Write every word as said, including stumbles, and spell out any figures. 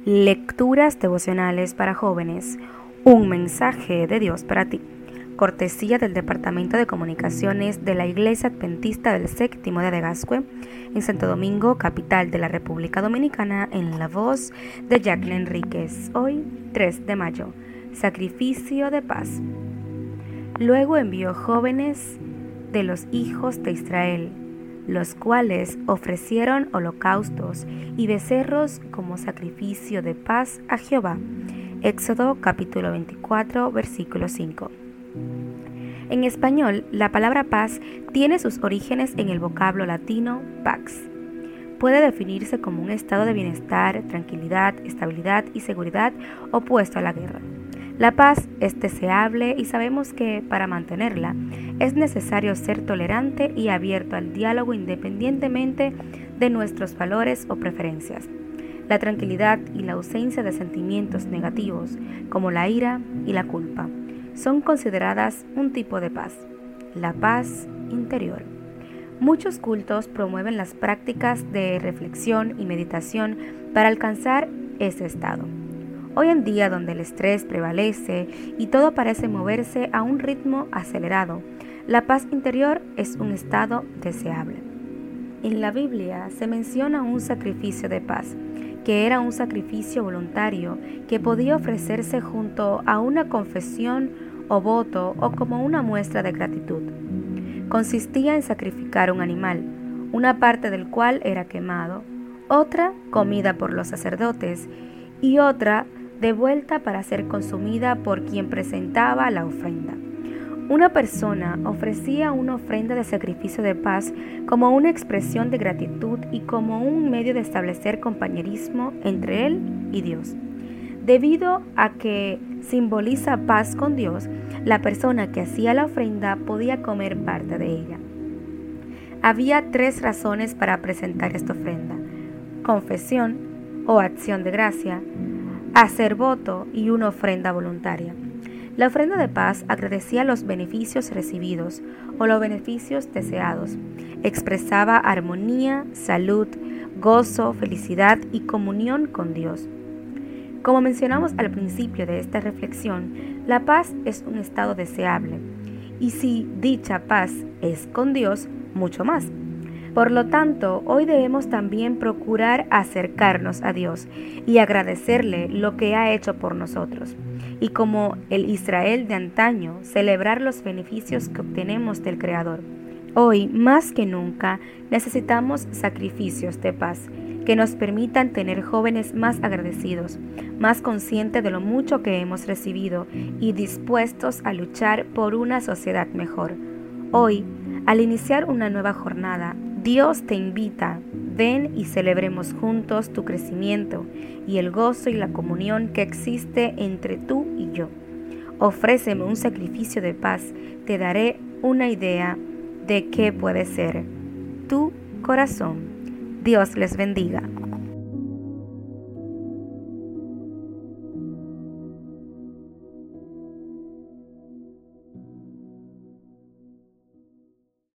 Lecturas devocionales para jóvenes. Un mensaje de Dios para ti. Cortesía del Departamento de Comunicaciones de la Iglesia Adventista del Séptimo Día de Gascue, en Santo Domingo, capital de la República Dominicana, en la voz de Jacqueline Enríquez. Hoy, tres de mayo. Sacrificio de paz. Luego envió jóvenes de los hijos de Israel, los cuales ofrecieron holocaustos y becerros como sacrificio de paz a Jehová. Éxodo capítulo veinticuatro, versículo cinco. En español, la palabra paz tiene sus orígenes en el vocablo latino pax. Puede definirse como un estado de bienestar, tranquilidad, estabilidad y seguridad opuesto a la guerra. La paz es deseable y sabemos que, para mantenerla, es necesario ser tolerante y abierto al diálogo independientemente de nuestros valores o preferencias. La tranquilidad y la ausencia de sentimientos negativos, como la ira y la culpa, son consideradas un tipo de paz, la paz interior. Muchos cultos promueven las prácticas de reflexión y meditación para alcanzar ese estado. Hoy en día, donde el estrés prevalece y todo parece moverse a un ritmo acelerado, la paz interior es un estado deseable. En la Biblia se menciona un sacrificio de paz, que era un sacrificio voluntario que podía ofrecerse junto a una confesión o voto o como una muestra de gratitud. Consistía en sacrificar un animal, una parte del cual era quemado, otra comida por los sacerdotes y otra devuelta para ser consumida por quien presentaba la ofrenda. Una persona ofrecía una ofrenda de sacrificio de paz como una expresión de gratitud y como un medio de establecer compañerismo entre él y Dios. Debido a que simboliza paz con Dios, la persona que hacía la ofrenda podía comer parte de ella. Había tres razones para presentar esta ofrenda: confesión o acción de gracia, hacer voto y una ofrenda voluntaria. La ofrenda de paz agradecía los beneficios recibidos o los beneficios deseados. Expresaba armonía, salud, gozo, felicidad y comunión con Dios. Como mencionamos al principio de esta reflexión, la paz es un estado deseable, y si dicha paz es con Dios, mucho más. Por lo tanto, hoy debemos también procurar acercarnos a Dios y agradecerle lo que ha hecho por nosotros. Y como el Israel de antaño, celebrar los beneficios que obtenemos del Creador. Hoy, más que nunca, necesitamos sacrificios de paz que nos permitan tener jóvenes más agradecidos, más conscientes de lo mucho que hemos recibido y dispuestos a luchar por una sociedad mejor. Hoy, al iniciar una nueva jornada, Dios te invita, ven y celebremos juntos tu crecimiento y el gozo y la comunión que existe entre tú y yo. Ofréceme un sacrificio de paz, te daré una idea de qué puede ser tu corazón. Dios les bendiga.